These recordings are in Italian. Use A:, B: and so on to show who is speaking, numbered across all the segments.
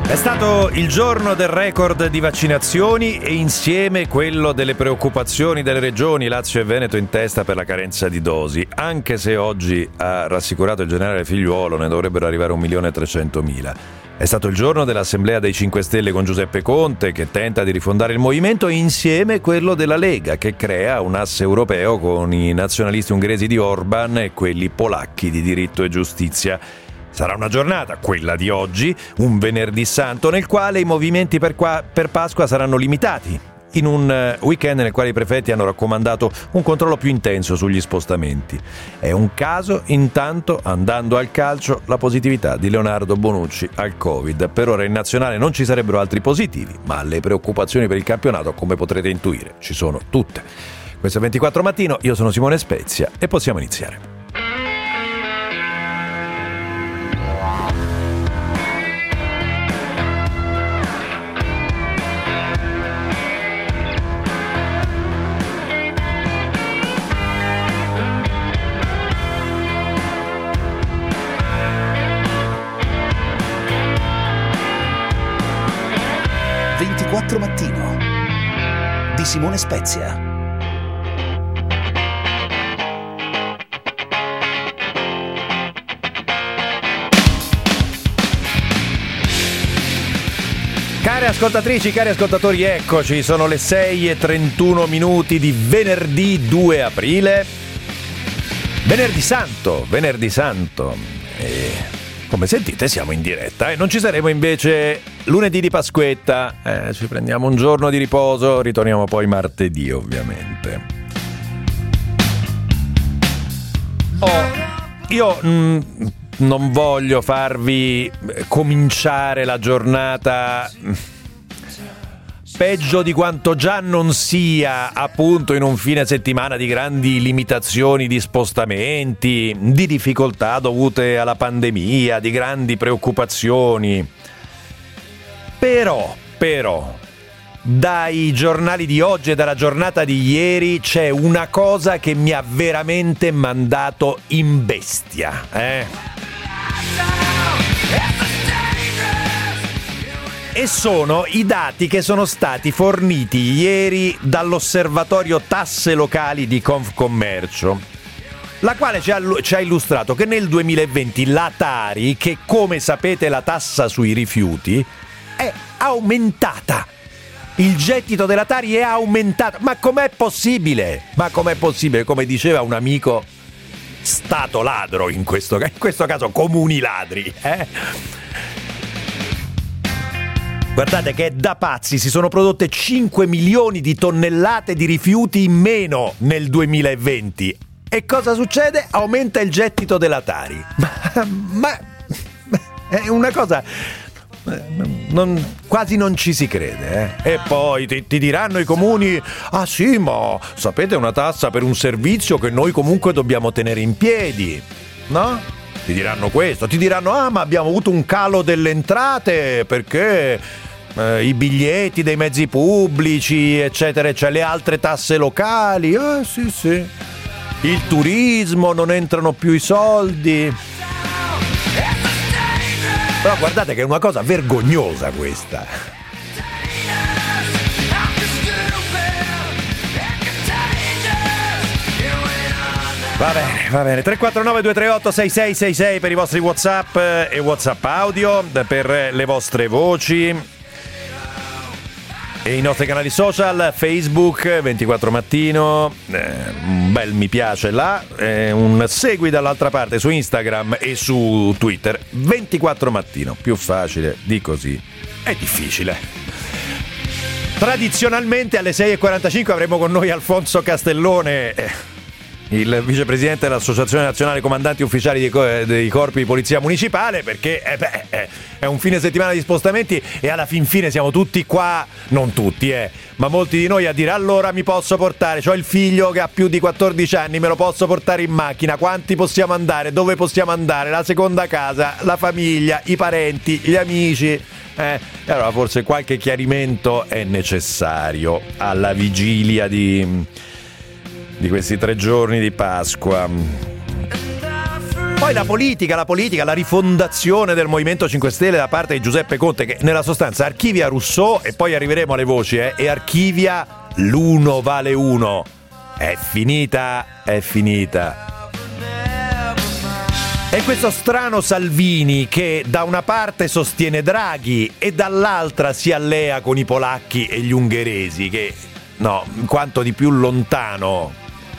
A: È stato il giorno del record di vaccinazioni e insieme quello delle preoccupazioni delle regioni Lazio e Veneto in testa per la carenza di dosi, anche se oggi ha rassicurato il generale Figliuolo ne dovrebbero arrivare 1.300.000. È stato il giorno dell'assemblea dei 5 Stelle con Giuseppe Conte che tenta di rifondare il movimento e insieme quello della Lega che crea un asse europeo con i nazionalisti ungheresi di Orban e quelli polacchi di Diritto e Giustizia. Sarà una giornata, quella di oggi, un venerdì santo, nel quale i movimenti per Pasqua saranno limitati, in un weekend nel quale i prefetti hanno raccomandato un controllo più intenso sugli spostamenti. È un caso, intanto, andando al calcio, la positività di Leonardo Bonucci al Covid. Per ora in nazionale non ci sarebbero altri positivi, ma le preoccupazioni per il campionato, come potrete intuire, ci sono tutte. Questo è 24 Mattino, io sono Simone Spezia e possiamo iniziare.
B: Mattino di Simone Spezia.
A: Care ascoltatrici, cari ascoltatori, eccoci, sono le 6:31 di venerdì 2 aprile, venerdì santo. E come sentite siamo in diretta e non ci saremo invece lunedì di Pasquetta, ci prendiamo un giorno di riposo, ritorniamo poi martedì ovviamente. Io non voglio farvi cominciare la giornata peggio di quanto già non sia, appunto in un fine settimana di grandi limitazioni di spostamenti, di difficoltà dovute alla pandemia, di grandi preoccupazioni. Però, dai giornali di oggi e dalla giornata di ieri c'è una cosa che mi ha veramente mandato in bestia, E sono i dati che sono stati forniti ieri dall'osservatorio tasse locali di Confcommercio, la quale ci ha illustrato che nel 2020 la Tari, che come sapete è la tassa sui rifiuti, è aumentata. Il gettito della Tari è aumentato. Ma com'è possibile? Come diceva un amico, stato ladro in questo caso comuni ladri, Guardate che è da pazzi, si sono prodotte 5 milioni di tonnellate di rifiuti in meno nel 2020. E cosa succede? Aumenta il gettito della Tari. Ma è una cosa... quasi non ci si crede, E poi ti diranno i comuni: ah sì, ma sapete, è una tassa per un servizio che noi comunque dobbiamo tenere in piedi, no? Ti diranno questo, ti diranno: ah, ma abbiamo avuto un calo delle entrate perché i biglietti dei mezzi pubblici, eccetera, cioè le altre tasse locali, sì, il turismo, non entrano più i soldi. Però guardate che è una cosa vergognosa questa. Va bene. 349 238 6666 per i vostri WhatsApp e WhatsApp audio, per le vostre voci. E i nostri canali social, Facebook 24 Mattino, un bel mi piace là, un segui dall'altra parte su Instagram e su Twitter 24 Mattino, più facile di così è difficile. Tradizionalmente alle 6:45 avremo con noi Alfonso Castellone, il vicepresidente dell'Associazione Nazionale Comandanti Ufficiali dei Corpi di Polizia Municipale, perché è un fine settimana di spostamenti e alla fin fine siamo tutti qua, non tutti, ma molti di noi a dire: allora mi posso portare, c'ho il figlio che ha più di 14 anni, me lo posso portare in macchina, quanti possiamo andare, dove possiamo andare, la seconda casa, la famiglia, i parenti, gli amici. E allora forse qualche chiarimento è necessario alla vigilia di questi 3 giorni di Pasqua. poi la politica, la rifondazione del Movimento 5 Stelle da parte di Giuseppe Conte, che nella sostanza archivia Rousseau, e poi arriveremo alle voci, e archivia l'uno vale uno. È finita. E questo strano Salvini che da una parte sostiene Draghi e dall'altra si allea con i polacchi e gli ungheresi, che no, quanto di più lontano.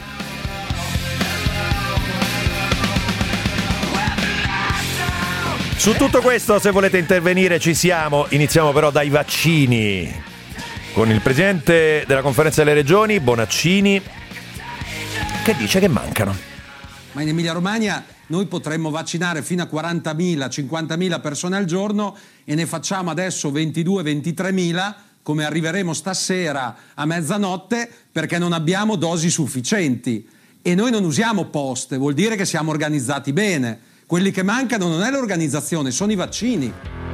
A: Su tutto questo, se volete intervenire, ci siamo. Iniziamo però dai vaccini, con il presidente della Conferenza delle Regioni, Bonaccini, che dice che mancano.
C: Ma in Emilia-Romagna noi potremmo vaccinare fino a 40.000, 50.000 persone al giorno e ne facciamo adesso 22-23.000, come arriveremo stasera a mezzanotte, perché non abbiamo dosi sufficienti. E noi non usiamo poste, vuol dire che siamo organizzati bene. Quelli che mancano non è l'organizzazione, sono i vaccini.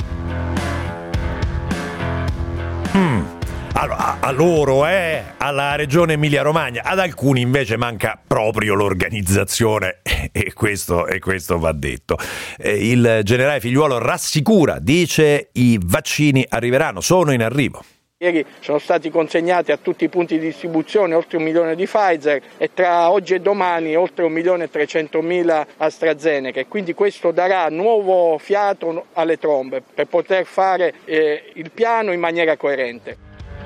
A: Allora, a loro, alla regione Emilia-Romagna, ad alcuni invece manca proprio l'organizzazione, e questo va detto. Il generale Figliuolo rassicura, dice: i vaccini arriveranno, sono in arrivo.
D: Ieri sono stati consegnati a tutti i punti di distribuzione oltre 1 milione di Pfizer e tra oggi e domani oltre 1.300.000 AstraZeneca, e quindi questo darà nuovo fiato alle trombe per poter fare il piano in maniera coerente.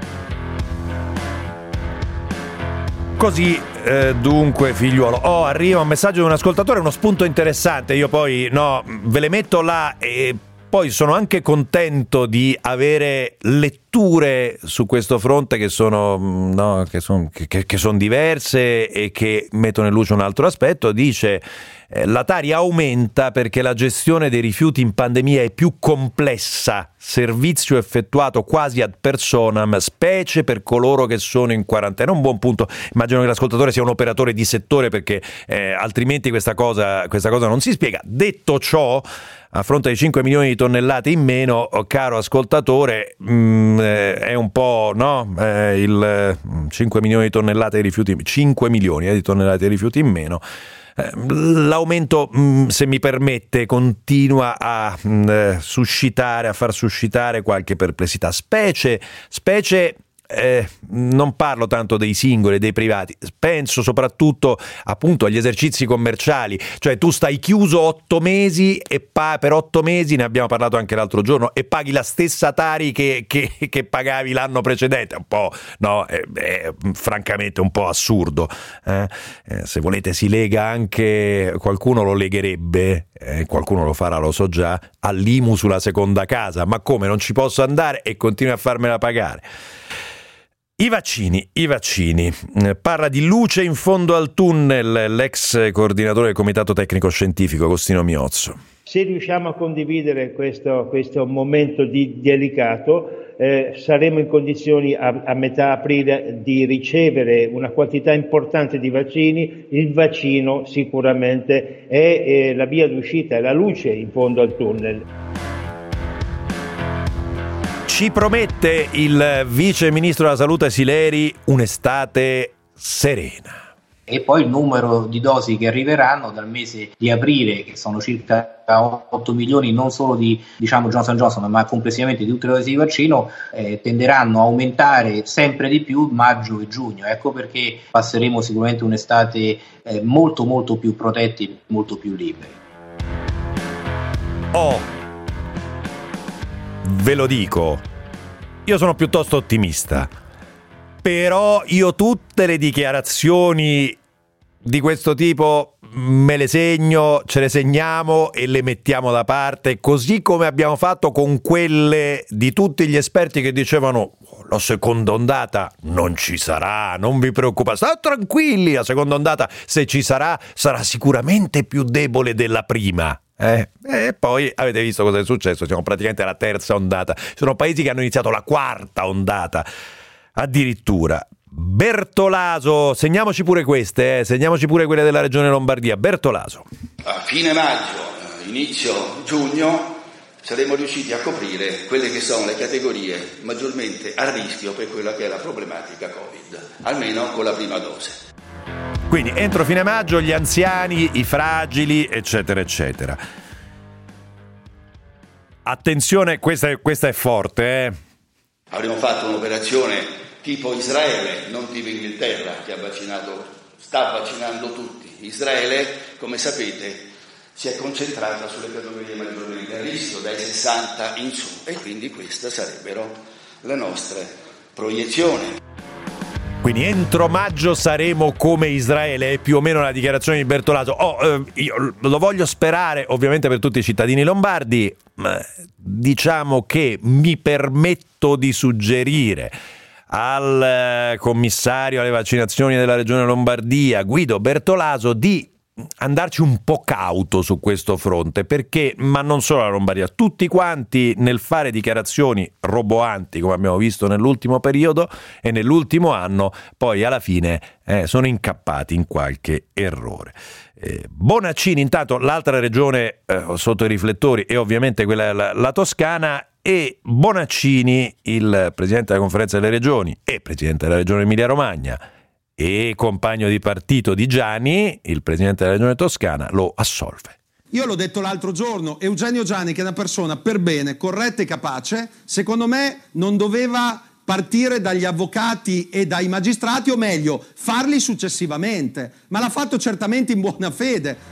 A: Così dunque Figliuolo. Arriva un messaggio di un ascoltatore, uno spunto interessante, io poi ve le metto là, e poi sono anche contento di avere letture su questo fronte che sono diverse e che mettono in luce un altro aspetto. Dice: la Tari aumenta perché la gestione dei rifiuti in pandemia è più complessa, servizio effettuato quasi ad personam, specie per coloro che sono in quarantena. Un buon punto. Immagino che l'ascoltatore sia un operatore di settore, perché altrimenti questa cosa non si spiega. Detto ciò, a fronte di 5 milioni di tonnellate in meno, caro ascoltatore, è un po', il 5 milioni di tonnellate di rifiuti, 5 milioni di tonnellate di rifiuti in meno. L'aumento, se mi permette, continua a far suscitare qualche perplessità, specie non parlo tanto dei singoli, dei privati, penso soprattutto appunto agli esercizi commerciali, cioè tu stai chiuso 8 mesi e per 8 mesi, ne abbiamo parlato anche l'altro giorno, e paghi la stessa Tari che pagavi l'anno precedente. Un po', è francamente un po' assurdo. Se volete si lega anche, qualcuno lo legherebbe, qualcuno lo farà, lo so già, all'IMU sulla seconda casa. Ma come, non ci posso andare e continui a farmela pagare? I vaccini. Parla di luce in fondo al tunnel l'ex coordinatore del Comitato Tecnico Scientifico Agostino Miozzo.
E: Se riusciamo a condividere questo momento delicato, saremo in condizioni a metà aprile di ricevere una quantità importante di vaccini. Il vaccino sicuramente è la via d'uscita, è la luce in fondo al tunnel.
A: Ci promette il vice ministro della salute Sileri un'estate serena.
F: E poi il numero di dosi che arriveranno dal mese di aprile, che sono circa 8 milioni non solo di Johnson & Johnson, ma complessivamente di tutte le dosi di vaccino, tenderanno a aumentare sempre di più maggio e giugno. Ecco perché passeremo sicuramente un'estate molto molto più protetti, molto più liberi.
A: Ve lo dico, io sono piuttosto ottimista, però io tutte le dichiarazioni di questo tipo me le segno, ce le segniamo e le mettiamo da parte, così come abbiamo fatto con quelle di tutti gli esperti che dicevano: la seconda ondata non ci sarà, non vi preoccupate, state tranquilli, la seconda ondata, se ci sarà sicuramente più debole della prima. E poi avete visto cosa è successo, siamo praticamente alla terza ondata. Ci sono paesi che hanno iniziato la quarta ondata addirittura. Bertolaso, segniamoci pure queste, segniamoci pure quelle della regione Lombardia. Bertolaso:
G: a fine maggio, inizio giugno saremo riusciti a coprire quelle che sono le categorie maggiormente a rischio per quella che è la problematica Covid, almeno con la prima dose.
A: Quindi entro fine maggio gli anziani, i fragili, eccetera, eccetera. Attenzione, questa è forte,
G: Avremo fatto un'operazione tipo Israele, non tipo Inghilterra, che sta vaccinando tutti. Israele, come sapete, si è concentrata sulle categorie maggiormente a rischio, dai 60 in su, e quindi queste sarebbero le nostre proiezioni.
A: Quindi entro maggio saremo come Israele, è più o meno la dichiarazione di Bertolaso. Io lo voglio sperare ovviamente per tutti i cittadini lombardi, ma diciamo che mi permetto di suggerire al commissario alle vaccinazioni della Regione Lombardia, Guido Bertolaso, di andarci un po' cauto su questo fronte, perché, ma non solo la Lombardia, tutti quanti nel fare dichiarazioni roboanti, come abbiamo visto nell'ultimo periodo e nell'ultimo anno, poi alla fine sono incappati in qualche errore. Bonaccini, intanto l'altra regione sotto i riflettori è ovviamente quella la Toscana, e Bonaccini, il presidente della Conferenza delle Regioni e presidente della Regione Emilia-Romagna e compagno di partito di Gianni, il presidente della Regione Toscana, lo assolve.
C: Io l'ho detto l'altro giorno, Eugenio Gianni, che è una persona per bene, corretta e capace, secondo me non doveva partire dagli avvocati e dai magistrati, o meglio, farli successivamente, ma l'ha fatto certamente in buona fede.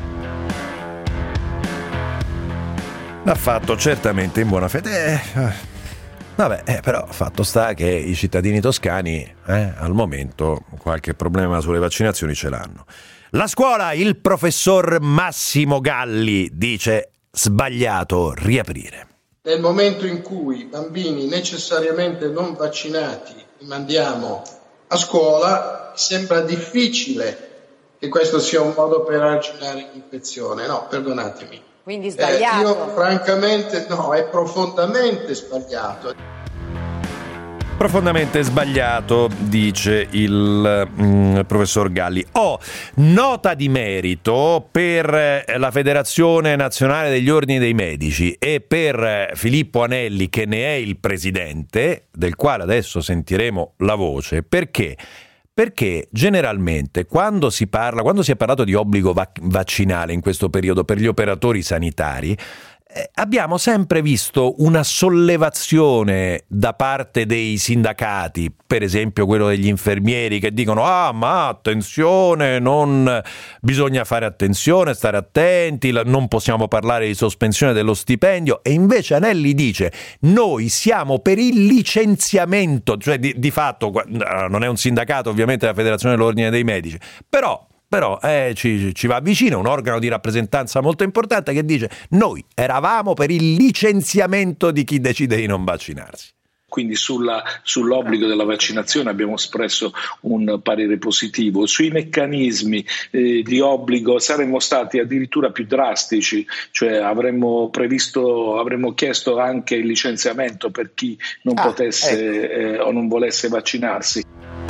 A: L'ha fatto certamente in buona fede. Vabbè, però fatto sta che i cittadini toscani al momento qualche problema sulle vaccinazioni ce l'hanno. La scuola, il professor Massimo Galli dice sbagliato riaprire.
H: Nel momento in cui i bambini necessariamente non vaccinati li mandiamo a scuola, sembra difficile che questo sia un modo per arginare l'infezione. No, perdonatemi.
I: Quindi sbagliato.
H: Io francamente no, è profondamente sbagliato.
A: Profondamente sbagliato, dice il professor Galli. Nota di merito per la Federazione Nazionale degli Ordini dei Medici e per Filippo Anelli, che ne è il presidente, del quale adesso sentiremo la voce. Perché? Perché generalmente quando si è parlato di obbligo vaccinale in questo periodo per gli operatori sanitari, abbiamo sempre visto una sollevazione da parte dei sindacati, per esempio quello degli infermieri, che dicono ma attenzione, non bisogna fare attenzione, stare attenti, non possiamo parlare di sospensione dello stipendio, e invece Anelli dice noi siamo per il licenziamento, cioè di fatto non è un sindacato ovviamente la Federazione dell'Ordine dei Medici, però ci va vicino un organo di rappresentanza molto importante che dice noi eravamo per il licenziamento di chi decide di non vaccinarsi.
J: Quindi sull'obbligo della vaccinazione abbiamo espresso un parere positivo. Sui meccanismi di obbligo saremmo stati addirittura più drastici, cioè avremmo chiesto anche il licenziamento per chi non potesse o non volesse vaccinarsi.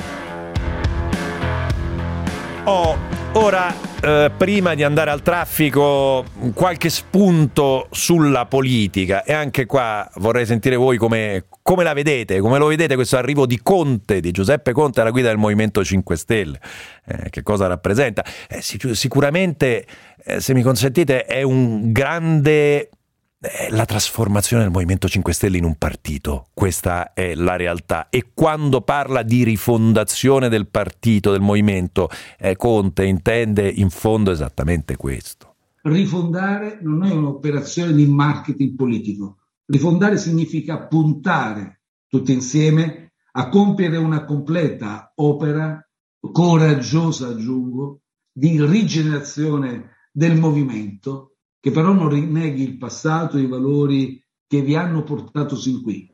A: Ora, prima di andare al traffico, qualche spunto sulla politica, e anche qua vorrei sentire voi come la vedete, come lo vedete questo arrivo di Conte, di Giuseppe Conte alla guida del Movimento 5 Stelle, che cosa rappresenta? Sicuramente, se mi consentite, è un grande... la trasformazione del Movimento 5 Stelle in un partito, questa è la realtà, e quando parla di rifondazione del partito, del movimento, Conte intende in fondo esattamente questo.
K: Rifondare non è un'operazione di marketing politico, rifondare significa puntare tutti insieme a compiere una completa opera, coraggiosa aggiungo, di rigenerazione del movimento, che però non rinneghi il passato e i valori che vi hanno portato sin qui.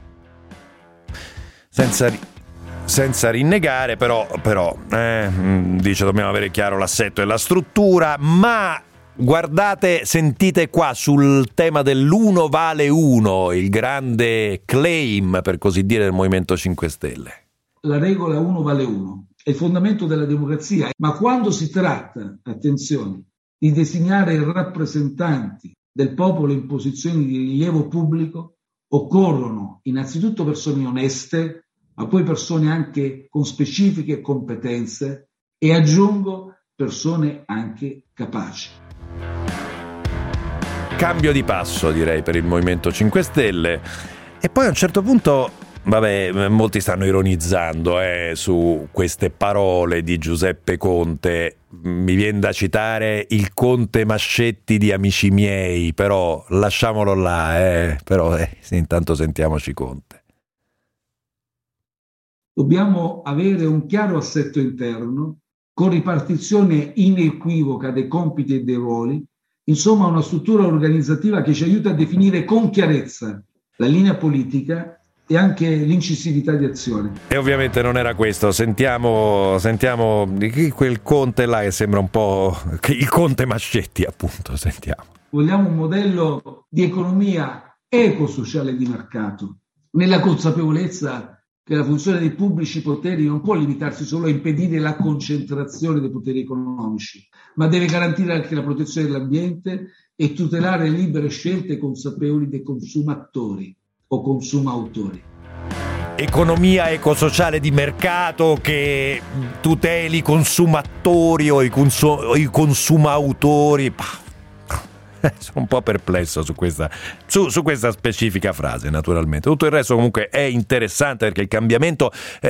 A: Senza rinnegare, però dice dobbiamo avere chiaro l'assetto e la struttura, ma guardate, sentite qua sul tema dell'uno vale uno, il grande claim, per così dire, del Movimento 5 Stelle.
K: La regola uno vale uno è il fondamento della democrazia, ma quando si tratta, attenzione, di designare rappresentanti del popolo in posizioni di rilievo pubblico, occorrono innanzitutto persone oneste, ma poi persone anche con specifiche competenze e aggiungo persone anche capaci.
A: Cambio di passo, direi, per il Movimento 5 Stelle. E poi a un certo punto, vabbè, molti stanno ironizzando su queste parole di Giuseppe Conte. Mi viene da citare il Conte Mascetti di Amici miei, però lasciamolo là, però intanto sentiamoci Conte.
K: Dobbiamo avere un chiaro assetto interno, con ripartizione inequivoca dei compiti e dei ruoli, insomma una struttura organizzativa che ci aiuta a definire con chiarezza la linea politica e anche l'incisività di azione.
A: E ovviamente non era questo, sentiamo quel Conte là che sembra un po' il Conte Mascetti, appunto, sentiamo.
K: Vogliamo un modello di economia ecosociale di mercato, nella consapevolezza che la funzione dei pubblici poteri non può limitarsi solo a impedire la concentrazione dei poteri economici, ma deve garantire anche la protezione dell'ambiente e tutelare le libere scelte consapevoli dei consumatori o consumautori.
A: Economia ecosociale di mercato che tuteli i consumatori o i consumautori. Sono un po' perplesso su questa specifica frase, naturalmente. Tutto il resto comunque è interessante, perché il cambiamento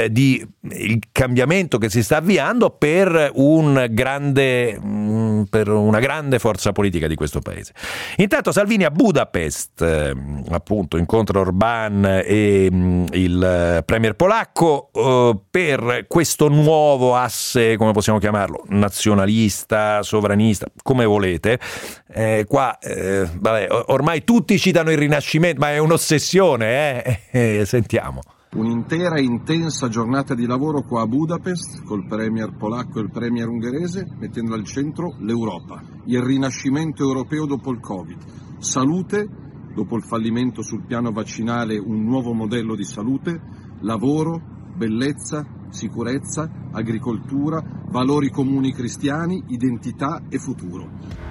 A: che si sta avviando per una grande forza politica di questo paese. Intanto Salvini a Budapest, appunto, incontra Orbán e il premier polacco per questo nuovo asse, come possiamo chiamarlo, nazionalista, sovranista, come volete. Vabbè, ormai tutti citano il Rinascimento, ma è un'ossessione, sentiamo.
I: Un'intera intensa giornata di lavoro qua a Budapest col premier polacco e il premier ungherese, mettendo al centro l'Europa, il rinascimento europeo dopo il Covid, salute, dopo il fallimento sul piano vaccinale un nuovo modello di salute, lavoro, bellezza, sicurezza, agricoltura, valori comuni cristiani, identità e futuro.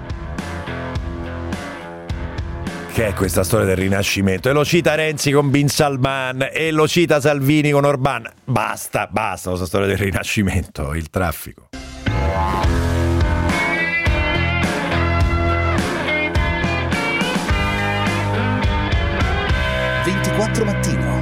A: Che è questa storia del Rinascimento? E lo cita Renzi con Bin Salman e lo cita Salvini con Orbán. Basta questa storia del Rinascimento, il traffico.
B: Mattino.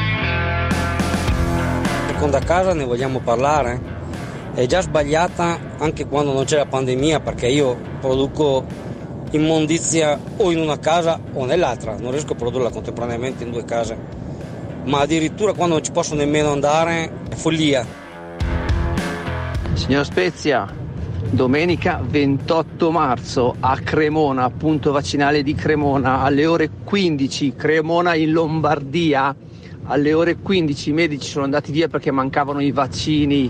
L: Seconda casa ne vogliamo parlare? È già sbagliata anche quando non c'è la pandemia, perché io produco immondizia o in una casa o nell'altra, non riesco a produrla contemporaneamente in due case, ma addirittura quando non ci posso nemmeno andare è follia.
M: Signor Spezia, domenica 28 marzo a Cremona, punto vaccinale di Cremona, alle ore 15, Cremona in Lombardia, alle ore 15 i medici sono andati via perché mancavano i vaccini.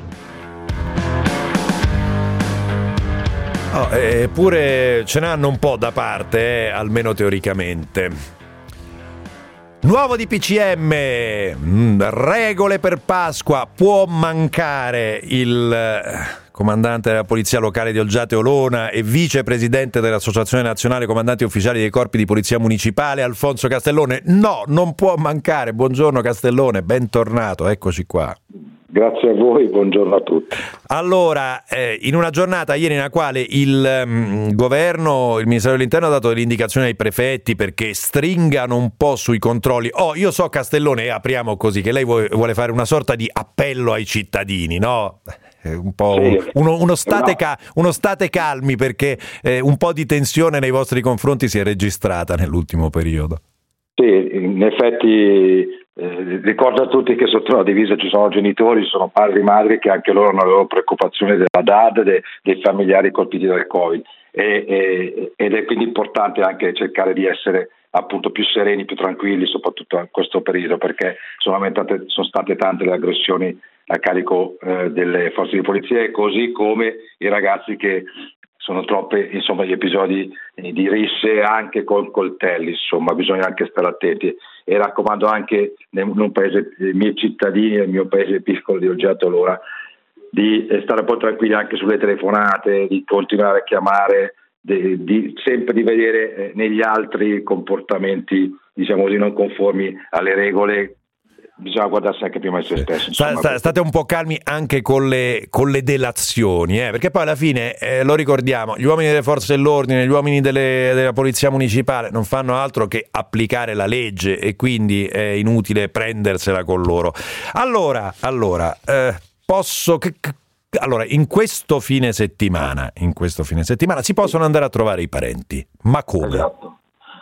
A: Eppure ce n'hanno un po' da parte, almeno teoricamente. Nuovo DPCM, regole per Pasqua, può mancare il comandante della polizia locale di Olgiate Olona e vicepresidente dell'Associazione Nazionale Comandanti Ufficiali dei Corpi di Polizia Municipale, Alfonso Castellone. No, non può mancare. Buongiorno Castellone, bentornato, eccoci qua.
N: Grazie a voi, buongiorno a tutti.
A: Allora, in una giornata ieri nella quale il governo, il Ministero dell'Interno ha dato delle indicazioni ai prefetti perché stringano un po' sui controlli. Io so, Castellone, apriamo così, che lei vuole fare una sorta di appello ai cittadini, no? Un po' sì. uno state calmi, perché un po' di tensione nei vostri confronti si è registrata nell'ultimo periodo.
N: Sì, in effetti ricordo a tutti che sotto la divisa ci sono genitori, ci sono padri e madri che anche loro hanno le loro preoccupazioni della DAD, dei familiari colpiti dal Covid ed è quindi importante anche cercare di essere appunto più sereni, più tranquilli, soprattutto in questo periodo, perché sono state tante le aggressioni a carico delle forze di polizia, così come i ragazzi che sono troppe, insomma, gli episodi di risse anche con coltelli, insomma, bisogna anche stare attenti e raccomando anche in un paese, i miei cittadini, nel mio paese piccolo di Olgiate Olona, di stare un po' tranquilli anche sulle telefonate, di continuare a chiamare, sempre di vedere negli altri comportamenti, diciamo così, non conformi alle regole, bisogna guardarsi anche prima di se stessi.
A: State un po' calmi anche con le delazioni, perché poi alla fine, lo ricordiamo, gli uomini delle forze dell'ordine, gli uomini della polizia municipale non fanno altro che applicare la legge, e quindi è inutile prendersela con loro. Allora, in questo fine settimana si possono andare a trovare i parenti, ma come?
N: Esatto.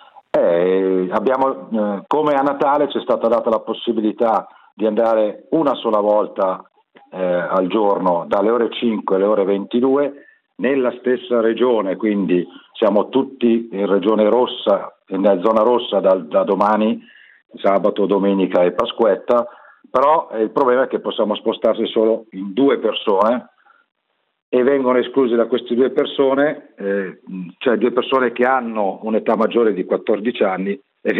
N: Abbiamo, come a Natale ci è stata data la possibilità di andare una sola volta al giorno dalle ore 5 alle ore 22 nella stessa regione, quindi siamo tutti in regione rossa, nella zona rossa da domani, sabato, domenica e Pasquetta, però il problema è che possiamo spostarsi solo in 2 persone e vengono escluse da queste 2 persone, cioè 2 persone che hanno un'età maggiore di 14 anni e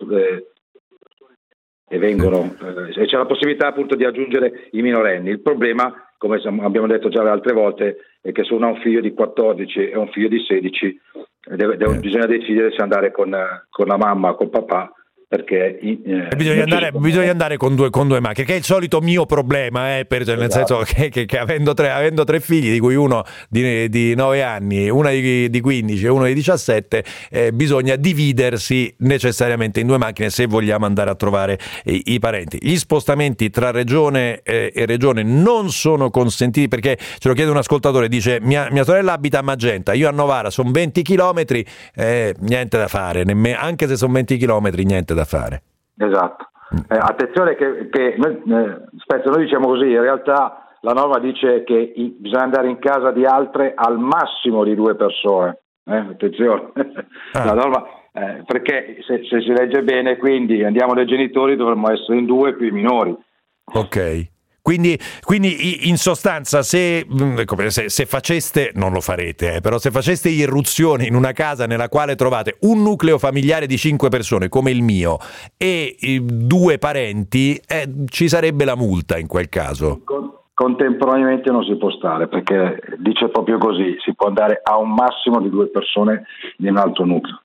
N: c'è la possibilità appunto di aggiungere i minorenni. Il problema, come abbiamo detto già le altre volte, è che se uno ha un figlio di 14 e un figlio di 16 bisogna decidere se andare con la mamma o col papà, perché
A: bisogna andare con due macchine, che è il solito mio problema, nel senso che avendo tre figli, di cui uno di 9 anni, una di 15 e uno di 17, bisogna dividersi necessariamente in 2 macchine se vogliamo andare a trovare i parenti. Gli spostamenti tra regione e regione non sono consentiti, perché ce lo chiede un ascoltatore, dice mia sorella abita a Magenta, io a Novara, sono 20 chilometri, niente da fare, anche se sono 20 chilometri niente da fare.
N: Esatto. Attenzione che noi diciamo così, in realtà la norma dice che bisogna andare in casa di altre al massimo di 2 persone. Attenzione. La norma, perché se si legge bene, quindi andiamo dai genitori, dovremmo essere in 2 più i minori.
A: Ok. Quindi in sostanza se faceste, non lo farete, però se faceste irruzione in una casa nella quale trovate un nucleo familiare di 5 persone come il mio e 2 parenti, ci sarebbe la multa in quel caso.
N: Contemporaneamente non si può stare, perché dice proprio così, si può andare a un massimo di 2 persone in un altro nucleo.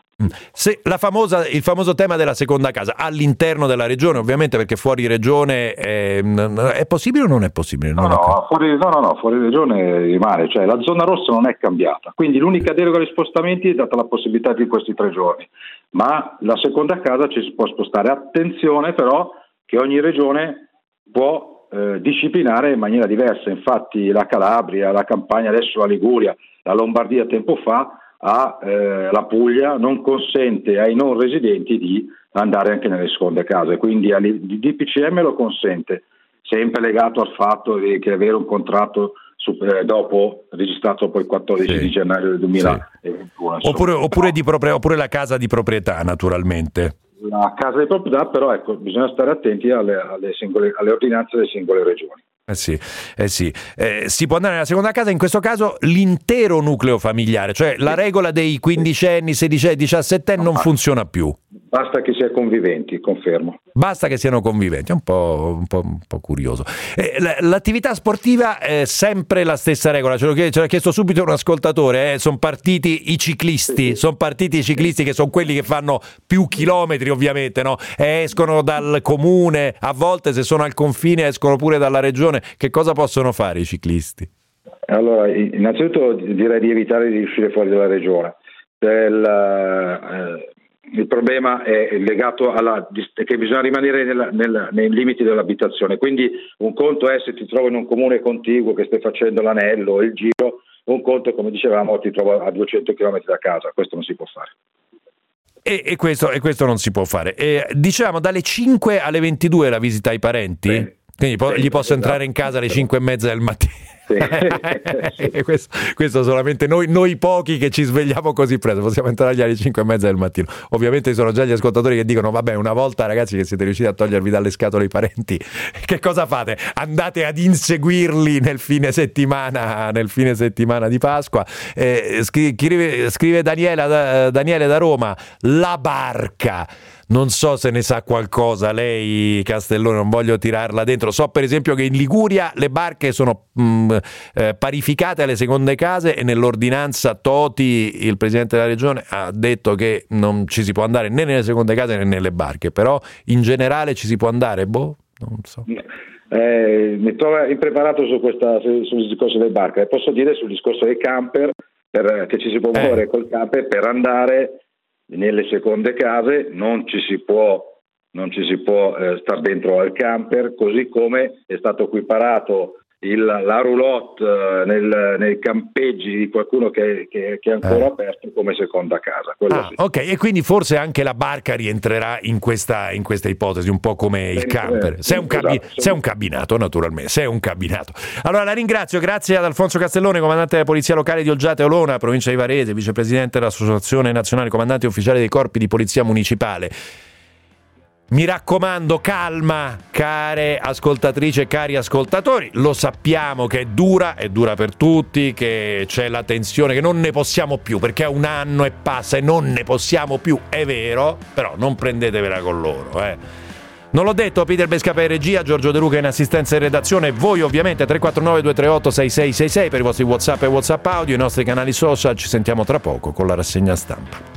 A: Il famoso tema della seconda casa all'interno della regione, ovviamente, perché fuori regione è possibile o non è possibile?
N: Fuori regione rimane, cioè la zona rossa non è cambiata, quindi l'unica deroga agli spostamenti è data la possibilità di questi 3 giorni, ma la seconda casa ci si può spostare. Attenzione però che ogni regione può disciplinare in maniera diversa, infatti la Calabria, la Campania, adesso la Liguria, la Lombardia tempo fa, la Puglia non consente ai non residenti di andare anche nelle seconde case, quindi il DPCM lo consente, sempre legato al fatto che avere un contratto dopo registrato poi il 14 di gennaio del 2021.
A: Oppure la casa di proprietà, naturalmente.
N: La casa di proprietà, però bisogna stare attenti alle ordinanze delle singole regioni.
A: Sì. Si può andare nella seconda casa, in questo caso l'intero nucleo familiare, cioè la regola dei 15enni, 16enni, 17enni non funziona più.
N: Basta che sia conviventi, confermo.
A: Basta che siano conviventi, è un po' curioso. L'attività sportiva è sempre la stessa regola, ce l'ha chiesto subito un ascoltatore, sono partiti i ciclisti, che sono quelli che fanno più chilometri ovviamente, no? Escono dal comune, a volte se sono al confine escono pure dalla regione. Che cosa possono fare i ciclisti?
N: Allora, innanzitutto direi di evitare di uscire fuori dalla regione. Il problema è legato che bisogna rimanere nei limiti dell'abitazione, quindi un conto è se ti trovi in un comune contiguo che stai facendo l'anello o il giro, un conto, come dicevamo, ti trovo a 200 km da casa, questo non si può fare.
A: E questo non si può fare. Dicevamo dalle 5 alle 22 la visita ai parenti? Sì. Quindi gli posso entrare in casa alle 5:30 del mattino. Sì. questo solamente noi pochi che ci svegliamo così presto possiamo entrargli alle 5:30 del mattino. Ovviamente ci sono già gli ascoltatori che dicono vabbè, una volta ragazzi che siete riusciti a togliervi dalle scatole i parenti, che cosa fate? Andate ad inseguirli nel fine settimana di Pasqua. Scrive Daniele da Roma, la barca. Non so se ne sa qualcosa lei, Castellone, non voglio tirarla dentro. So per esempio che in Liguria le barche sono parificate alle seconde case e nell'ordinanza Toti, il presidente della regione, ha detto che non ci si può andare né nelle seconde case né nelle barche, però in generale ci si può andare, Non so.
N: Mi trovo impreparato sul discorso dei barca, e posso dire sul discorso dei camper, che ci si può muovere col camper per andare nelle seconde case, non ci si può stare dentro al camper, così come è stato equiparato la roulotte nei campeggi di qualcuno che è ancora aperto come seconda casa. Sì.
A: Ok, e quindi forse anche la barca rientrerà in questa ipotesi, un po' come il camper. Sei un cabinato, naturalmente, sei un cabinato. Allora la ringrazio, grazie ad Alfonso Castellone, comandante della Polizia Locale di Olgiate Olona, provincia di Varese, vicepresidente dell'Associazione Nazionale Comandanti Ufficiali dei Corpi di Polizia Municipale. Mi raccomando, calma, care ascoltatrici e cari ascoltatori, lo sappiamo che è dura per tutti, che c'è la tensione, che non ne possiamo più, perché è un anno e passa e non ne possiamo più, è vero, però non prendetevela con loro, Non l'ho detto, Peter Bescapè in regia, Giorgio De Luca in assistenza e redazione, voi ovviamente 349-238-6666 per i vostri WhatsApp e WhatsApp audio, i nostri canali social, ci sentiamo tra poco con la rassegna stampa.